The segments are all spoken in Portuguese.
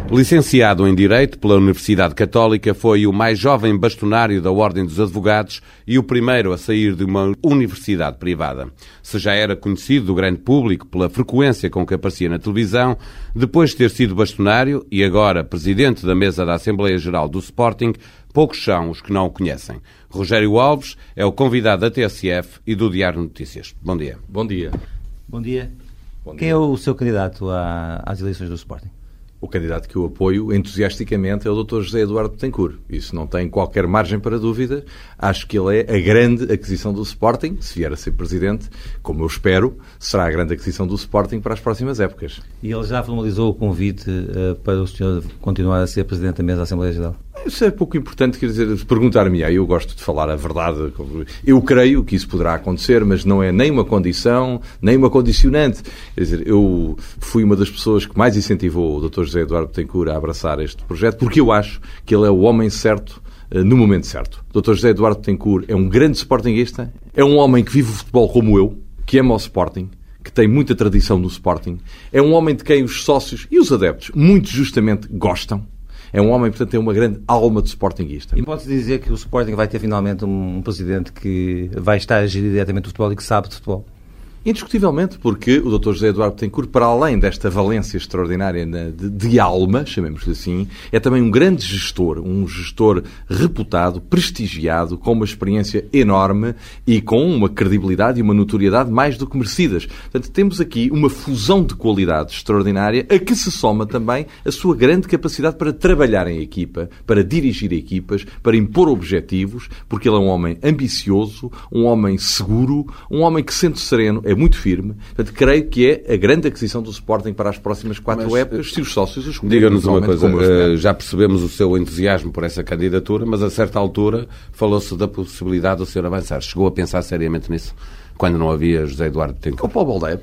Licenciado em Direito pela Universidade Católica, foi o mais jovem bastonário da Ordem dos Advogados e o primeiro a sair de uma universidade privada. Se já era conhecido do grande público pela frequência com que aparecia na televisão, depois de ter sido bastonário e agora presidente da mesa da Assembleia Geral do Sporting, poucos são os que não o conhecem. Rogério Alves é o convidado da TSF e do Diário Notícias. Bom dia. Bom dia. Bom dia. Quem é o seu candidato às eleições do Sporting? O candidato que eu apoio entusiasticamente é o Dr. José Eduardo Betancourt. Isso não tem qualquer margem para dúvida. Acho que ele é a grande aquisição do Sporting. Se vier a ser presidente, como eu espero, será a grande aquisição do Sporting para as próximas épocas. E ele já formalizou o convite para o senhor continuar a ser presidente da mesa da Assembleia Geral? Isso é pouco importante, quer dizer, perguntar-me, eu gosto de falar a verdade. Eu creio que isso poderá acontecer, mas não é nem uma condição, nem uma condicionante. Quer dizer, eu fui uma das pessoas que mais incentivou o Dr. José Eduardo Betancourt a abraçar este projeto, porque eu acho que ele é o homem certo no momento certo. O Dr. José Eduardo Betancourt é um grande sportinguista, é um homem que vive o futebol como eu, que ama o Sporting, que tem muita tradição no Sporting, é um homem de quem os sócios e os adeptos muito justamente gostam. É um homem, portanto, tem uma grande alma de sportinguista. E pode-se dizer que o Sporting vai ter finalmente um presidente que vai estar a gerir diretamente o futebol e que sabe de futebol? Indiscutivelmente, porque o Dr. José Eduardo Betancourt, para além desta valência extraordinária de alma, chamemos-lhe assim, é também um grande gestor, um gestor reputado, prestigiado, com uma experiência enorme e com uma credibilidade e uma notoriedade mais do que merecidas. Portanto, temos aqui uma fusão de qualidades extraordinária, a que se soma também a sua grande capacidade para trabalhar em equipa, para dirigir equipas, para impor objetivos, porque ele é um homem ambicioso, um homem seguro, um homem que, sendo sereno, é muito firme. Portanto, creio que é a grande aquisição do Sporting para as próximas 4 épocas, se os sócios os escolherem. Diga-nos uma coisa, já percebemos o seu entusiasmo por essa candidatura, mas a certa altura falou-se da possibilidade do senhor avançar. Chegou a pensar seriamente nisso? Quando não havia José Eduardo Betancourt? O Paulo Baldeia,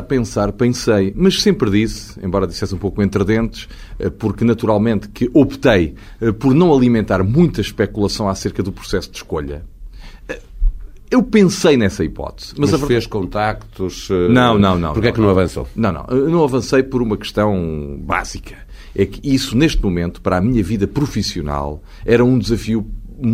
pensei, mas sempre disse, embora dissesse um pouco entre dentes, porque naturalmente que optei por não alimentar muita especulação acerca do processo de escolha. Eu pensei nessa hipótese. Mas fez contactos? Não. Porquê é que não avançou? Não avancei por uma questão básica. É que isso, neste momento, para a minha vida profissional, era um desafio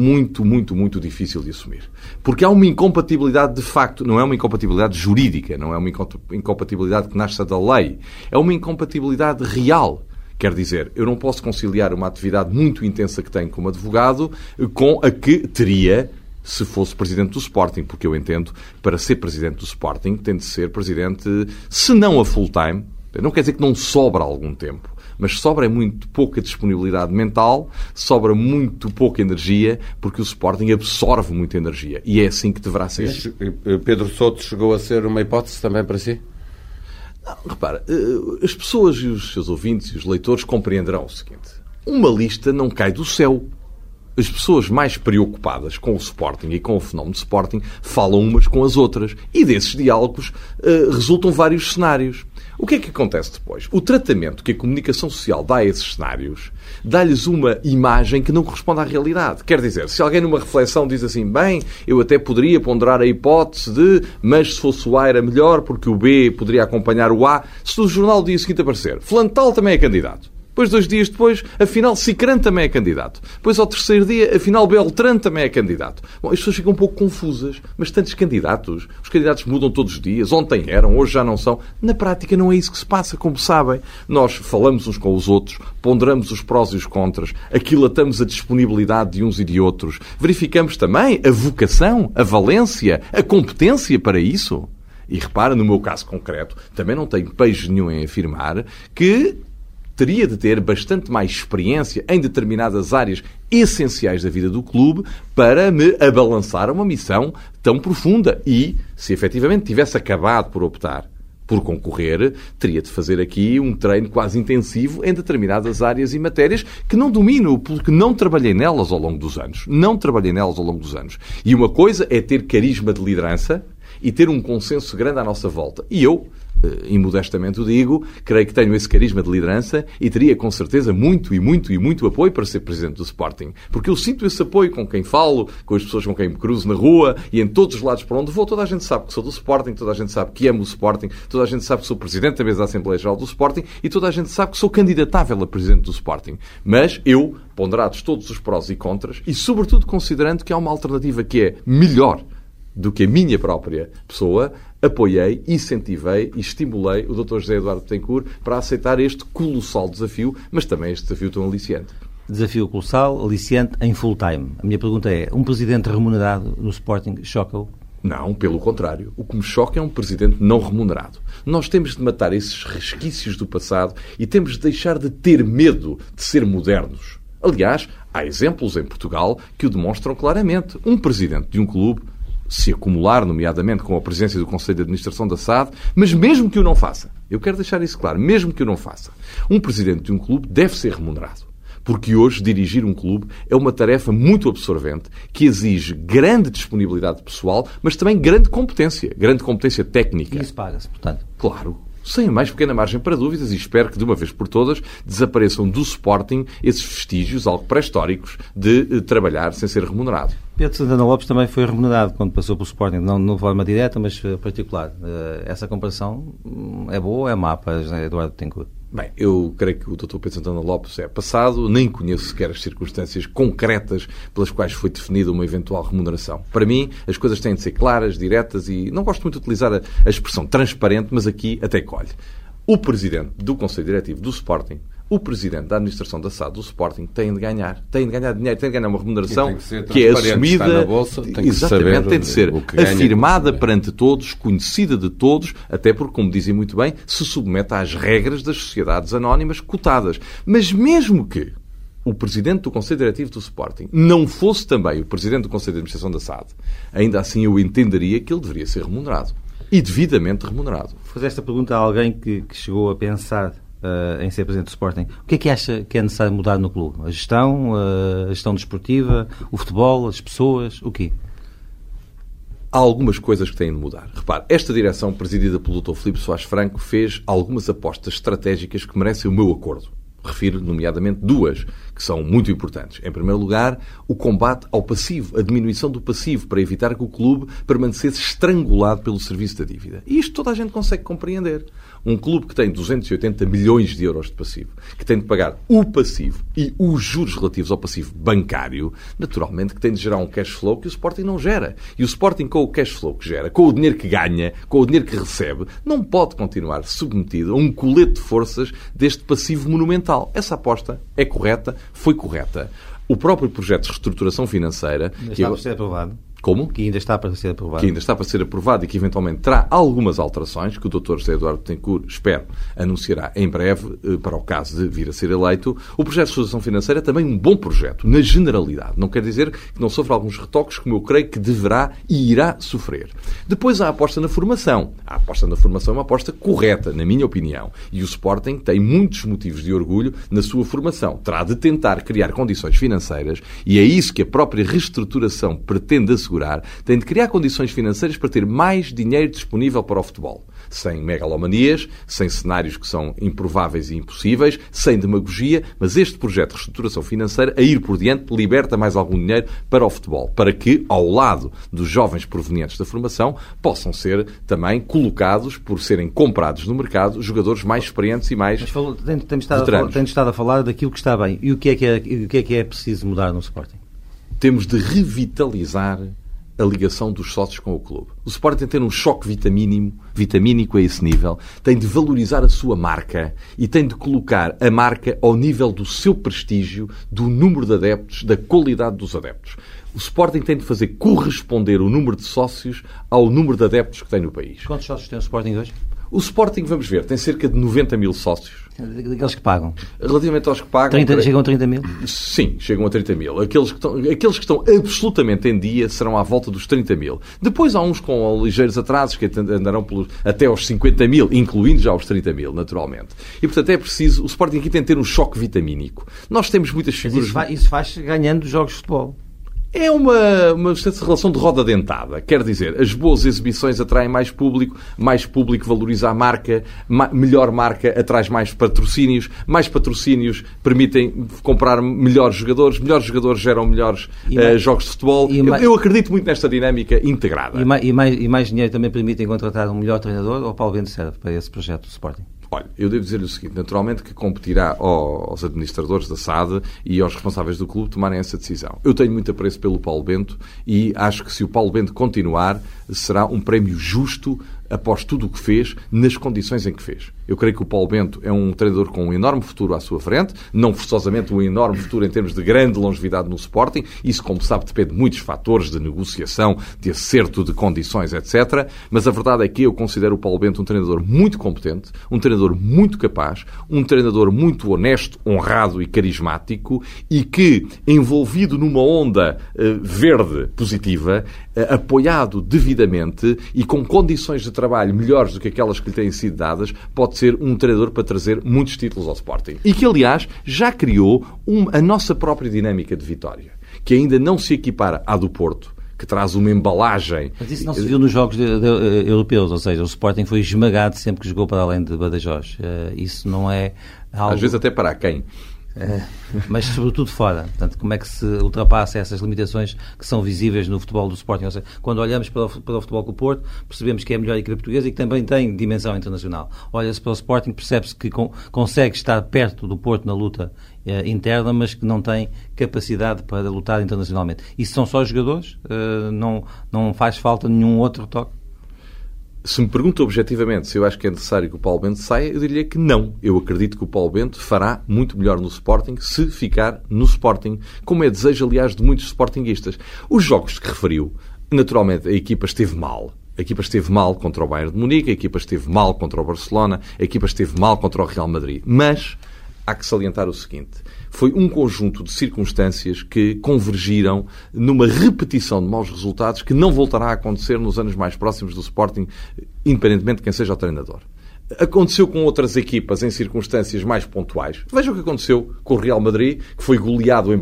muito difícil de assumir. Porque há uma incompatibilidade de facto, não é uma incompatibilidade jurídica, não é uma incompatibilidade que nasce da lei, é uma incompatibilidade real. Quer dizer, eu não posso conciliar uma atividade muito intensa que tenho como advogado com a que teria se fosse presidente do Sporting, porque eu entendo, para ser presidente do Sporting, tem de ser presidente, se não a full time, não quer dizer que não sobra algum tempo, mas sobra muito pouca disponibilidade mental, sobra muito pouca energia, porque o Sporting absorve muita energia. E é assim que deverá ser. Pedro Souto chegou a ser uma hipótese também para si? Não, repara, as pessoas e os seus ouvintes e os leitores compreenderão o seguinte. Uma lista não cai do céu. As pessoas mais preocupadas com o Sporting e com o fenómeno do Sporting falam umas com as outras. E desses diálogos resultam vários cenários. O que é que acontece depois? O tratamento que a comunicação social dá a esses cenários dá-lhes uma imagem que não corresponde à realidade. Quer dizer, se alguém numa reflexão diz assim, bem, eu até poderia ponderar a hipótese de, mas se fosse o A era melhor porque o B poderia acompanhar o A, se no jornal do dia seguinte aparecer, fulano tal também é candidato. Depois, 2 dias depois, afinal, Cicrã também é candidato. Depois, ao terceiro dia, afinal, Beltrán também é candidato. Bom, as pessoas ficam um pouco confusas. Mas tantos candidatos, os candidatos mudam todos os dias. Ontem eram, hoje já não são. Na prática, não é isso que se passa, como sabem. Nós falamos uns com os outros, ponderamos os prós e os contras, aquilatamos a disponibilidade de uns e de outros. Verificamos também a vocação, a valência, a competência para isso. E repara, no meu caso concreto, também não tenho pejo nenhum em afirmar que teria de ter bastante mais experiência em determinadas áreas essenciais da vida do clube para me abalançar a uma missão tão profunda. E, se efetivamente tivesse acabado por optar por concorrer, teria de fazer aqui um treino quase intensivo em determinadas áreas e matérias que não domino, porque não trabalhei nelas ao longo dos anos. E uma coisa é ter carisma de liderança e ter um consenso grande à nossa volta. E eu, imodestamente o digo, creio que tenho esse carisma de liderança e teria com certeza muito apoio para ser Presidente do Sporting. Porque eu sinto esse apoio com quem falo, com as pessoas com quem me cruzo na rua e em todos os lados por onde vou. Toda a gente sabe que sou do Sporting, toda a gente sabe que amo o Sporting, toda a gente sabe que sou Presidente da mesa da Assembleia Geral do Sporting e toda a gente sabe que sou candidatável a Presidente do Sporting. Mas eu, ponderados todos os prós e contras e sobretudo considerando que há uma alternativa que é melhor do que a minha própria pessoa, apoiei, incentivei e estimulei o Dr. José Eduardo Betancourt para aceitar este colossal desafio, mas também este desafio tão aliciante. Desafio colossal, aliciante, em full time. A minha pergunta é, um presidente remunerado no Sporting choca-o? Não, pelo contrário. O que me choca é um presidente não remunerado. Nós temos de matar esses resquícios do passado e temos de deixar de ter medo de ser modernos. Aliás, há exemplos em Portugal que o demonstram claramente. Um presidente de um clube se acumular, nomeadamente com a presença do Conselho de Administração da SAD, mas mesmo que o não faça, eu quero deixar isso claro, mesmo que o não faça, um presidente de um clube deve ser remunerado. Porque hoje dirigir um clube é uma tarefa muito absorvente que exige grande disponibilidade pessoal, mas também grande competência técnica. E isso paga-se, portanto. Claro. Sem a mais pequena margem para dúvidas e espero que, de uma vez por todas, desapareçam do Sporting esses vestígios, algo pré-históricos, de trabalhar sem ser remunerado. Pedro Santana Lopes também foi remunerado quando passou pelo Sporting, não de forma direta, mas particular. Essa comparação é boa ou é má para Eduardo Betancourt? Bem, eu creio que o Dr. Pedro Santana Lopes é passado, nem conheço sequer as circunstâncias concretas pelas quais foi definida uma eventual remuneração. Para mim, as coisas têm de ser claras, diretas e não gosto muito de utilizar a expressão transparente, mas aqui até colhe. O Presidente do Conselho Diretivo do Sporting, o Presidente da Administração da SAD do Sporting têm de ganhar dinheiro, têm de ganhar uma remuneração que é assumida, na bolsa, exatamente, tem de ser afirmada perante todos, conhecida de todos, até porque, como dizem muito bem, se submete às regras das sociedades anónimas cotadas. Mas mesmo que o Presidente do Conselho Diretivo do Sporting não fosse também o Presidente do Conselho de Administração da SAD, ainda assim eu entenderia que ele deveria ser remunerado. E devidamente remunerado. Vou fazer esta pergunta a alguém que chegou a pensar em ser Presidente do Sporting. O que é que acha que é necessário mudar no clube? A gestão desportiva, o futebol, as pessoas, o quê? Há algumas coisas que têm de mudar. Repare, esta direção, presidida pelo Dr. Filipe Soares Franco, fez algumas apostas estratégicas que merecem o meu acordo. Refiro, nomeadamente, duas que são muito importantes. Em primeiro lugar, o combate ao passivo, a diminuição do passivo, para evitar que o clube permanecesse estrangulado pelo serviço da dívida. E isto toda a gente consegue compreender. Um clube que tem 280 milhões de euros de passivo, que tem de pagar o passivo e os juros relativos ao passivo bancário, naturalmente que tem de gerar um cash flow que o Sporting não gera. E o Sporting, com o cash flow que gera, com o dinheiro que ganha, com o dinheiro que recebe, não pode continuar submetido a um colete de forças deste passivo monumental. Essa aposta é correta, foi correta. O próprio projeto de reestruturação financeira... Está por ser aprovado. Como? Que ainda está para ser aprovado. Que ainda está para ser aprovado e que eventualmente terá algumas alterações que o Dr. José Eduardo Betancourt, espero, anunciará em breve, para o caso de vir a ser eleito. O projeto de reestruturação financeira é também um bom projeto, na generalidade. Não quer dizer que não sofra alguns retoques, como eu creio que deverá e irá sofrer. Depois há a aposta na formação. A aposta na formação é uma aposta correta, na minha opinião. E o Sporting tem muitos motivos de orgulho na sua formação. Terá de tentar criar condições financeiras, e é isso que a própria reestruturação pretende assegurar, tem de criar condições financeiras para ter mais dinheiro disponível para o futebol. Sem megalomanias, sem cenários que são improváveis e impossíveis, sem demagogia, mas este projeto de reestruturação financeira, a ir por diante, liberta mais algum dinheiro para o futebol, para que, ao lado dos jovens provenientes da formação, possam ser também colocados, por serem comprados no mercado, jogadores mais experientes e mais veteranos. Temos estado a falar daquilo que está bem. E o que é que é preciso mudar no Sporting? Temos de revitalizar a ligação dos sócios com o clube. O Sporting tem de ter um choque vitamínico a esse nível, tem de valorizar a sua marca e tem de colocar a marca ao nível do seu prestígio, do número de adeptos, da qualidade dos adeptos. O Sporting tem de fazer corresponder o número de sócios ao número de adeptos que tem no país. Quantos sócios tem o Sporting hoje? O Sporting, vamos ver, tem cerca de 90 mil sócios. Aqueles que pagam? Relativamente aos que pagam... Chegam a 30 mil? Sim, chegam a 30 mil. Aqueles que estão absolutamente em dia serão à volta dos 30 mil. Depois há uns com ligeiros atrasos que andarão até aos 50 mil, incluindo já os 30 mil, naturalmente. E, portanto, é preciso... O Sporting aqui tem de ter um choque vitamínico. Nós temos muitas figuras... Mas isso faz ganhando jogos de futebol. É uma relação de roda dentada. Quer dizer, as boas exibições atraem mais público valoriza a marca, melhor marca atrai mais patrocínios permitem comprar melhores jogadores geram melhores jogos de futebol. Eu acredito muito nesta dinâmica integrada. E mais dinheiro também permitem contratar um melhor treinador, ou Paulo Bento serve para esse projeto do Sporting? Olha, eu devo dizer-lhe o seguinte, naturalmente que competirá aos administradores da SAD e aos responsáveis do clube tomarem essa decisão. Eu tenho muito apreço pelo Paulo Bento e acho que se o Paulo Bento continuar, será um prémio justo após tudo o que fez, nas condições em que fez. Eu creio que o Paulo Bento é um treinador com um enorme futuro à sua frente, não forçosamente um enorme futuro em termos de grande longevidade no Sporting. Isso, como sabe, depende de muitos fatores de negociação, de acerto de condições, etc. Mas a verdade é que eu considero o Paulo Bento um treinador muito competente, um treinador muito capaz, um treinador muito honesto, honrado e carismático e que, envolvido numa onda verde positiva, apoiado devidamente e com condições de trabalho melhores do que aquelas que lhe têm sido dadas, pode ser um treinador para trazer muitos títulos ao Sporting. E que, aliás, já criou a nossa própria dinâmica de vitória, que ainda não se equipara à do Porto, que traz uma embalagem... Mas isso não se viu nos jogos europeus, ou seja, o Sporting foi esmagado sempre que jogou para além de Badajoz. Isso não é algo... Às vezes até para quem? Mas sobretudo fora. Portanto, como é que se ultrapassa essas limitações que são visíveis no futebol do Sporting? Ou seja, quando olhamos para o futebol com o Porto, percebemos que é a melhor equipa portuguesa e que também tem dimensão internacional. Olha-se para o Sporting, percebe-se que consegue estar perto do Porto na luta interna, mas que não tem capacidade para lutar internacionalmente. Isso são só jogadores? Não faz falta nenhum outro toque? Se me pergunta objetivamente se eu acho que é necessário que o Paulo Bento saia, eu diria que não. Eu acredito que o Paulo Bento fará muito melhor no Sporting se ficar no Sporting, como é desejo, aliás, de muitos sportinguistas. Os jogos que referiu, naturalmente, a equipa esteve mal. A equipa esteve mal contra o Bayern de Munique, a equipa esteve mal contra o Barcelona, a equipa esteve mal contra o Real Madrid. Mas há que salientar o seguinte: foi um conjunto de circunstâncias que convergiram numa repetição de maus resultados que não voltará a acontecer nos anos mais próximos do Sporting, independentemente de quem seja o treinador. Aconteceu com outras equipas em circunstâncias mais pontuais. Veja o que aconteceu com o Real Madrid, que foi goleado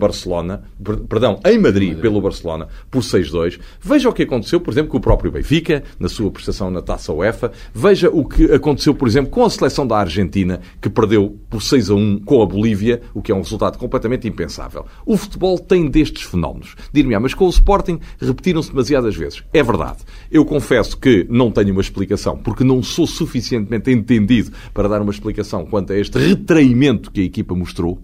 em Madrid pelo Barcelona por 6-2. Veja o que aconteceu, por exemplo, com o próprio Benfica, na sua prestação na Taça UEFA. Veja o que aconteceu, por exemplo, com a seleção da Argentina, que perdeu por 6-1 com a Bolívia, o que é um resultado completamente impensável. O futebol tem destes fenómenos. Dir-me, mas com o Sporting repetiram-se demasiadas vezes. É verdade. Eu confesso que não tenho uma explicação, porque não sou suficientemente entendido para dar uma explicação quanto a este retraimento que a equipa mostrou,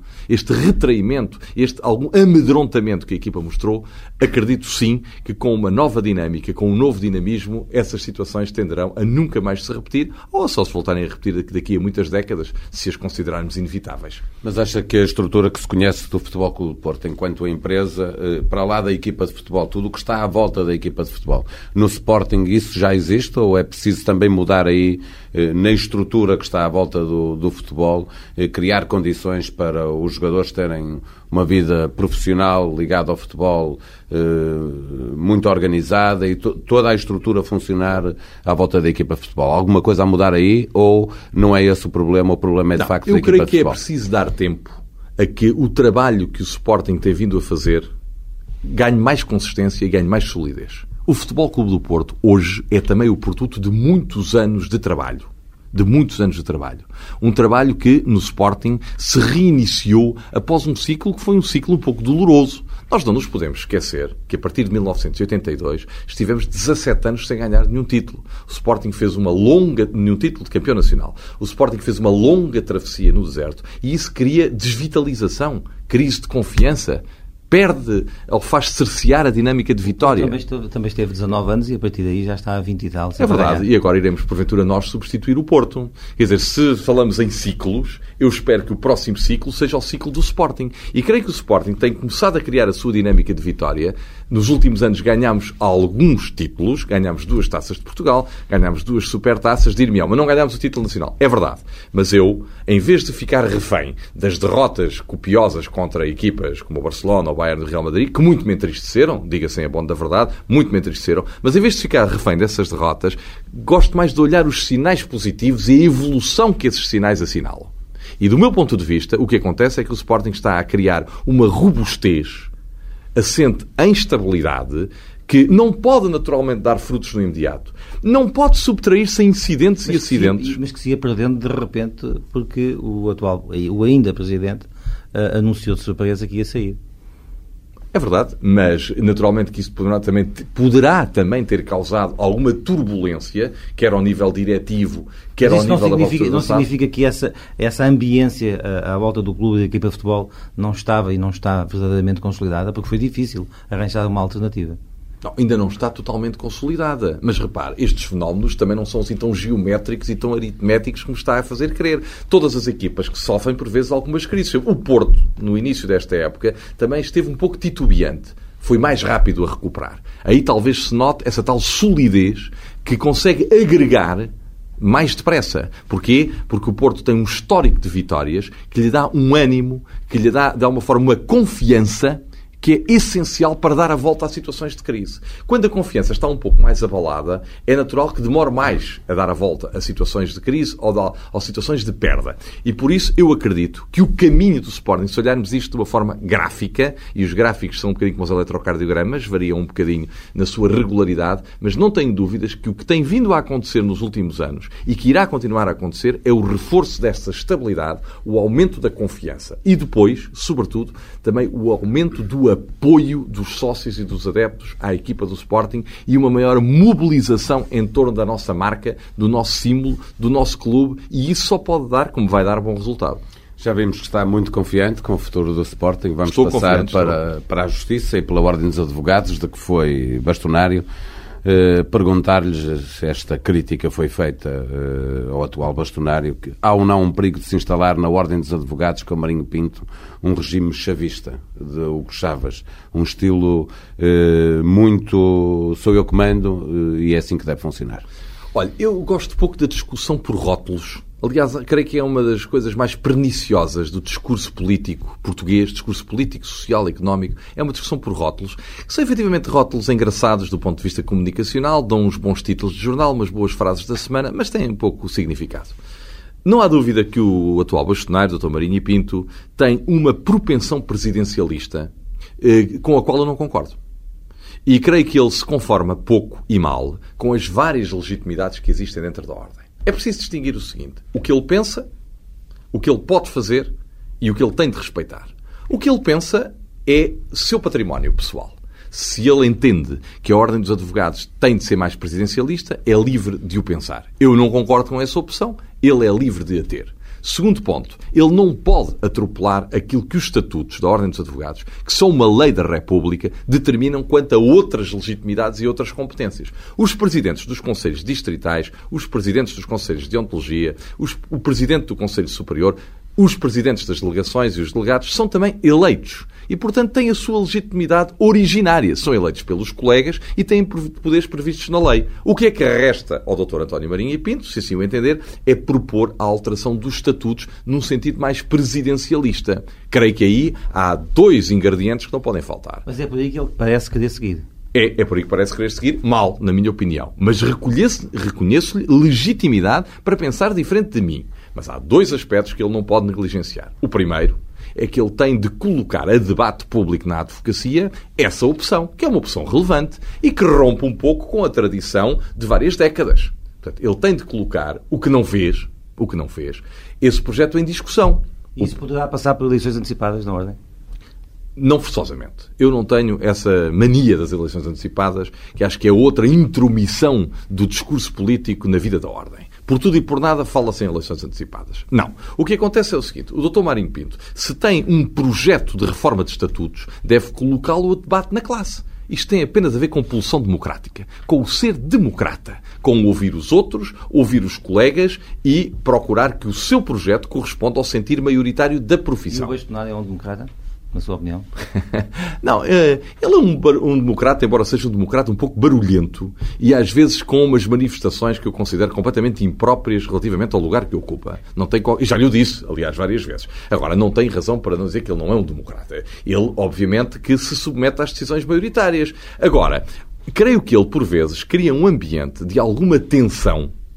algum amedrontamento que a equipa mostrou. Acredito sim que com uma nova dinâmica, com um novo dinamismo, essas situações tenderão a nunca mais se repetir, ou só se voltarem a repetir daqui a muitas décadas, se as considerarmos inevitáveis. Mas acha que a estrutura que se conhece do Futebol Clube do Porto, enquanto a empresa, para lá da equipa de futebol, tudo o que está à volta da equipa de futebol, no Sporting isso já existe, ou é preciso também mudar aí na estrutura que está à volta do futebol, criar condições para os jogadores terem uma vida profissional ligada ao futebol muito organizada e toda a estrutura funcionar à volta da equipa de futebol? Alguma coisa a mudar aí, ou não é esse o problema é de facto da equipa de futebol? Eu creio que é preciso dar tempo a que o trabalho que o Sporting tem vindo a fazer ganhe mais consistência e ganhe mais solidez. O Futebol Clube do Porto hoje é também o produto de muitos anos de trabalho. Um trabalho que, no Sporting, se reiniciou após um ciclo que foi um ciclo um pouco doloroso. Nós não nos podemos esquecer que, a partir de 1982, estivemos 17 anos sem ganhar nenhum título. O Sporting fez nenhum título de campeão nacional. O Sporting fez uma longa travessia no deserto e isso cria desvitalização, crise de confiança, perde ou faz cercear a dinâmica de vitória. Também esteve 19 anos e a partir daí já está a 20 e tal. É verdade. E agora iremos, porventura, nós substituir o Porto. Quer dizer, se falamos em ciclos, eu espero que o próximo ciclo seja o ciclo do Sporting. E creio que o Sporting tem começado a criar a sua dinâmica de vitória. Nos últimos anos ganhámos alguns títulos. Ganhámos 2 taças de Portugal, ganhámos 2 supertaças. Dir-me-ão, mas não ganhámos o título nacional. É verdade. Mas eu, em vez de ficar refém das derrotas copiosas contra equipas como o Barcelona ou o Bayern do Real Madrid, que muito me entristeceram, diga-se em abono da verdade, muito me entristeceram, mas em vez de ficar refém dessas derrotas, gosto mais de olhar os sinais positivos e a evolução que esses sinais assinalam. E do meu ponto de vista, o que acontece é que o Sporting está a criar uma robustez assente em estabilidade, que não pode naturalmente dar frutos no imediato, não pode subtrair-se a incidentes e acidentes. Mas que se ia perdendo de repente porque o ainda Presidente anunciou de surpresa que ia sair. É verdade, mas naturalmente que isso poderá também ter causado alguma turbulência, quer ao nível diretivo, quer ao nível da volta. Não significa que essa ambiência à volta do clube e da equipa de futebol não estava e não está verdadeiramente consolidada, porque foi difícil arranjar uma alternativa. Não, ainda não está totalmente consolidada. Mas repare, estes fenómenos também não são assim tão geométricos e tão aritméticos como está a fazer crer. Todas as equipas que sofrem, por vezes, algumas crises. O Porto, no início desta época, também esteve um pouco titubeante. Foi mais rápido a recuperar. Aí talvez se note essa tal solidez que consegue agregar mais depressa. Porquê? Porque o Porto tem um histórico de vitórias que lhe dá um ânimo, que lhe dá, de alguma forma, uma confiança que é essencial para dar a volta a situações de crise. Quando a confiança está um pouco mais abalada, é natural que demore mais a dar a volta a situações de crise ou situações de perda. E por isso eu acredito que o caminho do Sporting, se olharmos isto de uma forma gráfica, e os gráficos são um bocadinho como os eletrocardiogramas, variam um bocadinho na sua regularidade, mas não tenho dúvidas que o que tem vindo a acontecer nos últimos anos e que irá continuar a acontecer é o reforço desta estabilidade, o aumento da confiança e depois, sobretudo, também o aumento do apoio dos sócios e dos adeptos à equipa do Sporting e uma maior mobilização em torno da nossa marca, do nosso símbolo, do nosso clube, e isso só pode dar, como vai dar, bom resultado. Já vimos que está muito confiante com o futuro do Sporting. Vamos passar para a Justiça e pela Ordem dos Advogados, de que foi bastonário. Perguntar-lhes se esta crítica foi feita ao atual bastonário, que há ou não um perigo de se instalar na Ordem dos Advogados com Marinho Pinto um regime chavista de Hugo Chávez, um estilo muito sou eu que mando e é assim que deve funcionar. Olha, eu gosto pouco da discussão por rótulos. Aliás, creio que é uma das coisas mais perniciosas do discurso político português, discurso político, social, económico. É uma discussão por rótulos, que são efetivamente rótulos engraçados do ponto de vista comunicacional, dão uns bons títulos de jornal, umas boas frases da semana, mas têm um pouco significado. Não há dúvida que o atual bastonário, Dr. Marinho Pinto, tem uma propensão presidencialista com a qual eu não concordo. E creio que ele se conforma pouco e mal com as várias legitimidades que existem dentro da Ordem. É preciso distinguir o seguinte: o que ele pensa, o que ele pode fazer e o que ele tem de respeitar. O que ele pensa é seu património pessoal. Se ele entende que a Ordem dos Advogados tem de ser mais presidencialista, é livre de o pensar. Eu não concordo com essa opção, ele é livre de a ter. Segundo ponto, ele não pode atropelar aquilo que os estatutos da Ordem dos Advogados, que são uma lei da República, determinam quanto a outras legitimidades e outras competências. Os presidentes dos conselhos distritais, os presidentes dos conselhos de ontologia, o presidente do Conselho Superior, os presidentes das delegações e os delegados são também eleitos e, portanto, têm a sua legitimidade originária. São eleitos pelos colegas e têm poderes previstos na lei. O que é que resta ao Dr. António Marinho Pinto, se assim o entender, é propor a alteração dos estatutos num sentido mais presidencialista. Creio que aí há dois ingredientes que não podem faltar. Mas é por aí que ele parece querer seguir. É por aí que parece querer seguir, mal, na minha opinião. Mas reconheço-lhe legitimidade para pensar diferente de mim. Mas há dois aspectos que ele não pode negligenciar. O primeiro é que ele tem de colocar a debate público na advocacia essa opção, que é uma opção relevante e que rompe um pouco com a tradição de várias décadas. Portanto, ele tem de colocar o que não fez, esse projeto em discussão. Isso poderá passar por eleições antecipadas na Ordem? Não forçosamente. Eu não tenho essa mania das eleições antecipadas, que acho que é outra intromissão do discurso político na vida da Ordem. Por tudo e por nada fala-se em eleições antecipadas. Não. O que acontece é o seguinte: o Dr. Marinho Pinto, se tem um projeto de reforma de estatutos, deve colocá-lo a debate na classe. Isto tem apenas a ver com pulsão democrática, com o ser democrata, com ouvir os outros, ouvir os colegas e procurar que o seu projeto corresponda ao sentir maioritário da profissão. E o bastonário é um democrata, na sua opinião? Não, ele é um democrata, embora seja um democrata um pouco barulhento e às vezes com umas manifestações que eu considero completamente impróprias relativamente ao lugar que ocupa. Não tem, e já lhe o disse, aliás, várias vezes. Agora, não tem razão para não dizer que ele não é um democrata. Ele, obviamente, que se submete às decisões maioritárias. Agora, creio que ele, por vezes, cria um ambiente de alguma tensão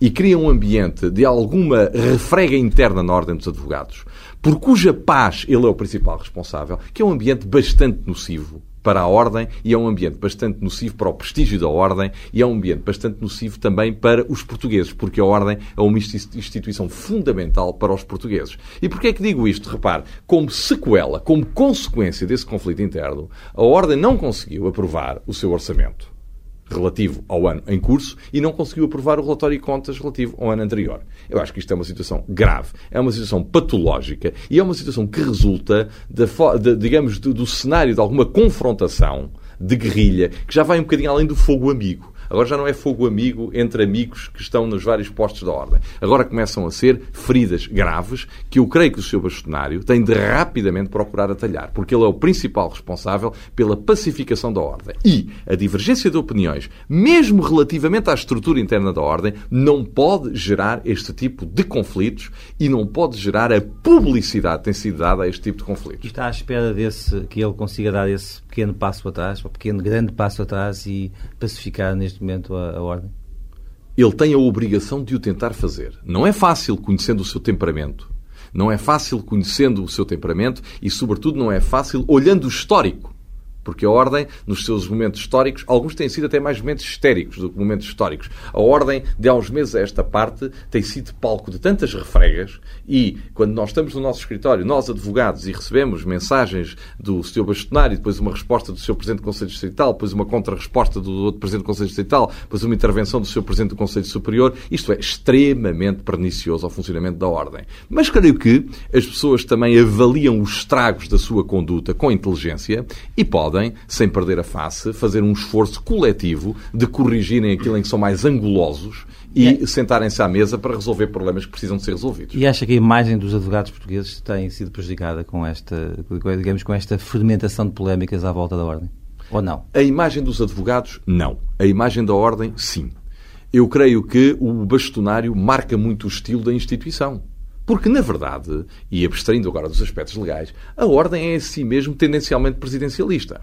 e cria um ambiente de alguma refrega interna na Ordem dos Advogados, por cuja paz ele é o principal responsável, que é um ambiente bastante nocivo para a Ordem e é um ambiente bastante nocivo para o prestígio da Ordem e é um ambiente bastante nocivo também para os portugueses, porque a Ordem é uma instituição fundamental para os portugueses. E porquê é que digo isto? Repare, como sequela, como consequência desse conflito interno, a Ordem não conseguiu aprovar o seu orçamento relativo ao ano em curso e não conseguiu aprovar o relatório de contas relativo ao ano anterior. Eu acho que isto é uma situação grave, é uma situação patológica e é uma situação que resulta, digamos, do cenário de alguma confrontação de guerrilha que já vai um bocadinho além do fogo amigo. Agora já não é fogo amigo entre amigos que estão nos vários postos da Ordem. Agora começam a ser feridas graves que eu creio que o Sr. Bastonário tem de rapidamente procurar atalhar, porque ele é o principal responsável pela pacificação da Ordem. E a divergência de opiniões, mesmo relativamente à estrutura interna da Ordem, não pode gerar este tipo de conflitos e não pode gerar a publicidade que tem sido dada a este tipo de conflitos. E está à espera que ele consiga dar esse pequeno passo atrás, ou grande passo atrás e pacificar neste momento a Ordem? Ele tem a obrigação de o tentar fazer. Não é fácil conhecendo o seu temperamento. Não é fácil conhecendo o seu temperamento e, sobretudo, não é fácil olhando o histórico. Porque a Ordem, nos seus momentos históricos, alguns têm sido até mais momentos histéricos do que momentos históricos. A Ordem, de há uns meses a esta parte, tem sido palco de tantas refregas e, quando nós estamos no nosso escritório, nós advogados, e recebemos mensagens do Sr. Bastonário, depois uma resposta do Sr. Presidente do Conselho Distrital, depois uma contra-resposta do outro Presidente do Conselho Distrital, depois uma intervenção do Sr. Presidente do Conselho Superior, isto é extremamente pernicioso ao funcionamento da Ordem. Mas creio que as pessoas também avaliam os estragos da sua conduta com inteligência e podem, sem perder a face, fazer um esforço coletivo de corrigirem aquilo em que são mais angulosos e sentarem-se à mesa para resolver problemas que precisam de ser resolvidos. E acha que a imagem dos advogados portugueses tem sido prejudicada com esta fermentação de polémicas à volta da Ordem? Ou não? A imagem dos advogados, não. A imagem da Ordem, sim. Eu creio que o bastonário marca muito o estilo da instituição. Porque, na verdade, e abstraindo agora dos aspectos legais, a Ordem é em si mesmo tendencialmente presidencialista.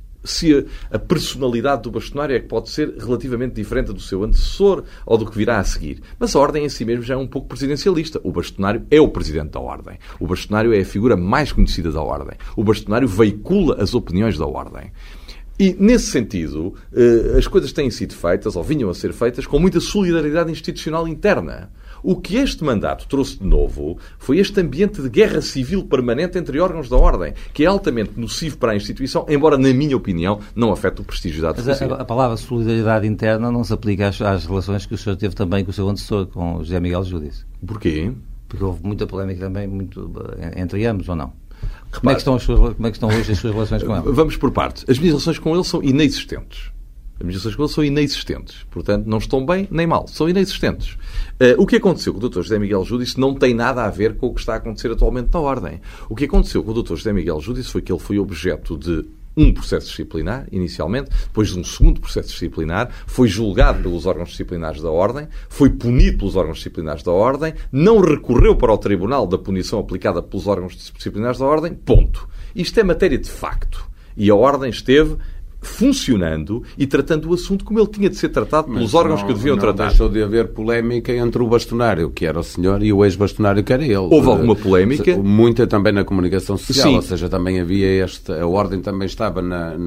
Se a personalidade do bastonário é que pode ser relativamente diferente do seu antecessor ou do que virá a seguir. Mas a Ordem em si mesmo já é um pouco presidencialista. O bastonário é o presidente da Ordem. O bastonário é a figura mais conhecida da Ordem. O bastonário veicula as opiniões da Ordem. E, nesse sentido, as coisas têm sido feitas, ou vinham a ser feitas, com muita solidariedade institucional interna. O que este mandato trouxe de novo foi este ambiente de guerra civil permanente entre órgãos da Ordem, que é altamente nocivo para a instituição, embora, na minha opinião, não afete o prestígio da advocacia. Mas a palavra solidariedade interna não se aplica às relações que o senhor teve também com o seu antecessor, com o José Miguel Júdice. Porquê? Porque houve muita polémica também entre ambos, ou não? Como é que estão hoje as suas relações com ele? Vamos por partes. As minhas relações com ele são inexistentes. As minhas relações com ele são inexistentes. Portanto, não estão bem nem mal. São inexistentes. O que aconteceu com o Dr. José Miguel Júdice não tem nada a ver com o que está a acontecer atualmente na Ordem. O que aconteceu com o Dr. José Miguel Júdice foi que ele foi objeto de um processo disciplinar, inicialmente, depois de um segundo processo disciplinar, foi julgado pelos órgãos disciplinares da Ordem, foi punido pelos órgãos disciplinares da Ordem, não recorreu para o tribunal da punição aplicada pelos órgãos disciplinares da Ordem, ponto. Isto é matéria de facto. E a Ordem esteve funcionando e tratando o assunto como ele tinha de ser tratado pelos órgãos que o deviam tratar. Não deixou de haver polémica entre o bastonário, que era o senhor, e o ex-bastonário, que era ele. Houve alguma polémica? Muita também na comunicação social. Sim. Ou seja, também havia a Ordem também estava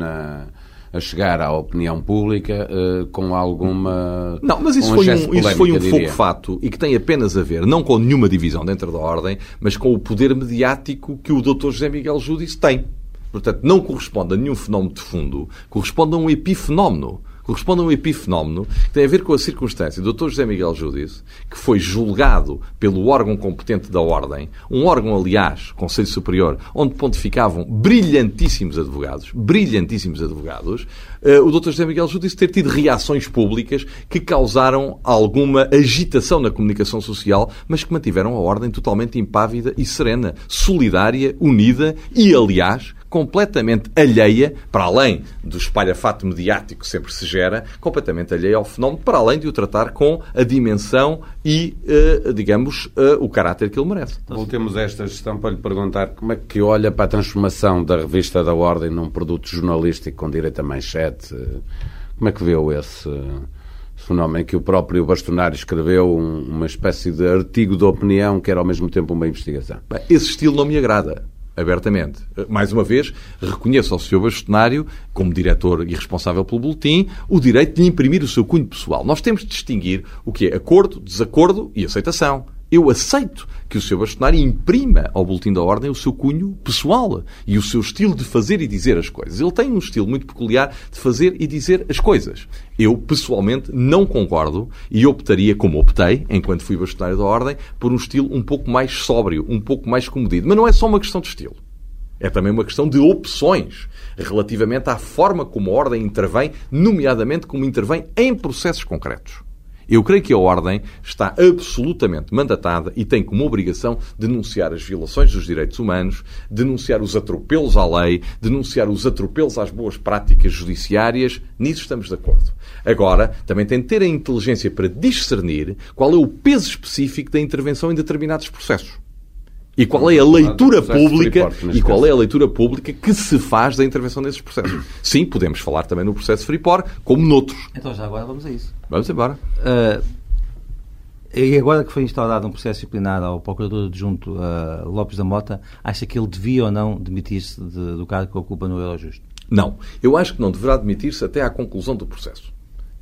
a chegar à opinião pública com alguma... Não, mas isso foi um fogo-fato e que tem apenas a ver, não com nenhuma divisão dentro da Ordem, mas com o poder mediático que o Dr. José Miguel Júdice tem. Portanto, não corresponde a nenhum fenómeno de fundo, corresponde a um epifenómeno. Corresponde a um epifenómeno que tem a ver com a circunstância do Dr. José Miguel Júdice, que foi julgado pelo órgão competente da Ordem, um órgão, aliás, Conselho Superior, onde pontificavam brilhantíssimos advogados, o Dr. José Miguel Júdice ter tido reações públicas que causaram alguma agitação na comunicação social, mas que mantiveram a Ordem totalmente impávida e serena, solidária, unida e, aliás, completamente alheia, para além do espalhafato mediático que sempre se gera, completamente alheia ao fenómeno, para além de o tratar com a dimensão e, o caráter que ele merece. Voltemos a esta gestão para lhe perguntar como é que olha para a transformação da revista da Ordem num produto jornalístico com direito a manchete. Como é que vê esse fenómeno em que o próprio Bastonário escreveu uma espécie de artigo de opinião que era ao mesmo tempo uma investigação. Bem, esse estilo não me agrada, abertamente. Mais uma vez, reconheço ao Sr. Bastonário, como diretor e responsável pelo boletim, o direito de imprimir o seu cunho pessoal. Nós temos de distinguir o que é acordo, desacordo e aceitação. Eu aceito que o Sr. Bastonário imprima ao Boletim da Ordem o seu cunho pessoal e o seu estilo de fazer e dizer as coisas. Ele tem um estilo muito peculiar de fazer e dizer as coisas. Eu, pessoalmente, não concordo e optaria, como optei, enquanto fui Bastonário da Ordem, por um estilo um pouco mais sóbrio, um pouco mais comedido. Mas não é só uma questão de estilo. É também uma questão de opções relativamente à forma como a Ordem intervém, nomeadamente como intervém em processos concretos. Eu creio que a Ordem está absolutamente mandatada e tem como obrigação denunciar as violações dos direitos humanos, denunciar os atropelos à lei, denunciar os atropelos às boas práticas judiciárias. Nisso estamos de acordo. Agora, também tem de ter a inteligência para discernir qual é o peso específico da intervenção em determinados processos. E qual é a leitura pública que se faz da intervenção nesses processos. Sim, podemos falar também no processo Freeport, como noutros. Então já agora vamos a isso. Vamos embora. E agora que foi instaurado um processo disciplinar ao procurador adjunto Lopes da Mota, acha que ele devia ou não demitir-se do cargo que ocupa no Eurojust? Não. Eu acho que não deverá demitir-se até à conclusão do processo.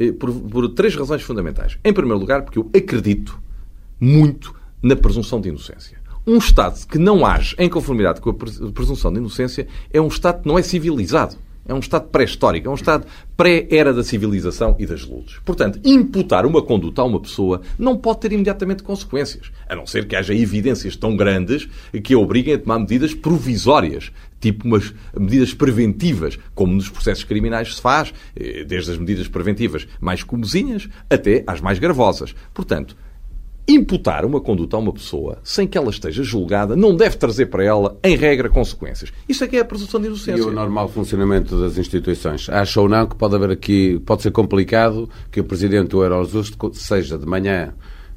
Por 3 razões fundamentais. Em primeiro lugar, porque eu acredito muito na presunção de inocência. Um Estado que não age em conformidade com a presunção de inocência é um Estado que não é civilizado. É um Estado pré-histórico, é um Estado pré-era da civilização e das luzes. Portanto, imputar uma conduta a uma pessoa não pode ter imediatamente consequências, a não ser que haja evidências tão grandes que a obriguem a tomar medidas provisórias, tipo umas medidas preventivas, como nos processos criminais se faz, desde as medidas preventivas mais comezinhas até às mais gravosas. Portanto, imputar uma conduta a uma pessoa sem que ela esteja julgada não deve trazer para ela, em regra, consequências. Isto é que é a presunção de inocência. E o normal funcionamento das instituições? Acha ou não que pode ser complicado que o Presidente do Eurojust seja de manhã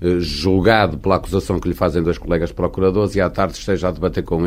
julgado pela acusação que lhe fazem 2 colegas procuradores e à tarde esteja a debater com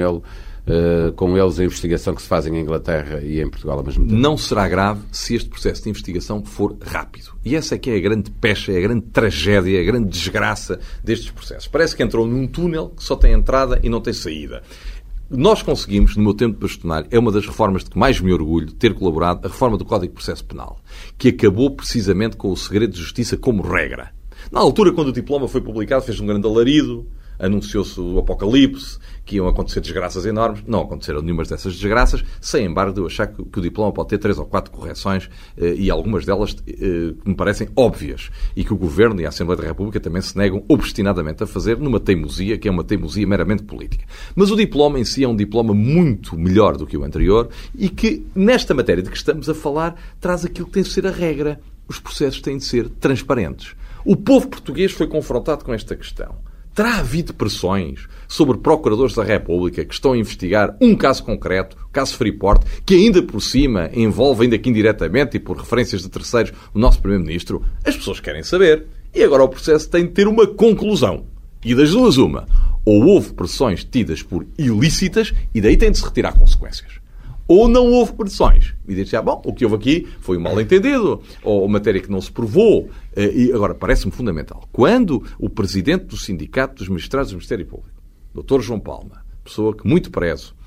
eles a investigação que se faz em Inglaterra e em Portugal ao mesmo tempo? Não será grave se este processo de investigação for rápido. E essa é que é a grande pecha, é a grande tragédia, a grande desgraça destes processos. Parece que entrou num túnel que só tem entrada e não tem saída. Nós conseguimos, no meu tempo de bastonário, é uma das reformas de que mais me orgulho de ter colaborado, a reforma do Código de Processo Penal, que acabou precisamente com o segredo de justiça como regra. Na altura, quando o diploma foi publicado, fez um grande alarido, anunciou-se o apocalipse, que iam acontecer desgraças enormes. Não aconteceram nenhumas dessas desgraças, sem embargo de eu achar que o diploma pode ter 3 ou 4 correções e algumas delas que me parecem óbvias e que o Governo e a Assembleia da República também se negam obstinadamente a fazer numa teimosia, que é uma teimosia meramente política. Mas o diploma em si é um diploma muito melhor do que o anterior e que, nesta matéria de que estamos a falar, traz aquilo que tem de ser a regra. Os processos têm de ser transparentes. O povo português foi confrontado com esta questão. Terá havido pressões sobre procuradores da República que estão a investigar um caso concreto, o caso Freeport, que ainda por cima envolve, ainda que indiretamente e por referências de terceiros, o nosso Primeiro-Ministro? As pessoas querem saber. E agora o processo tem de ter uma conclusão. E das duas uma. Ou houve pressões tidas por ilícitas e daí tem de se retirar consequências. Ou não houve pressões. E diz-se, bom, o que houve aqui foi um mal-entendido, ou matéria que não se provou. E agora, parece-me fundamental. Quando o presidente do Sindicato dos Magistrados do Ministério Público, Dr. João Palma, pessoa que muito prezo,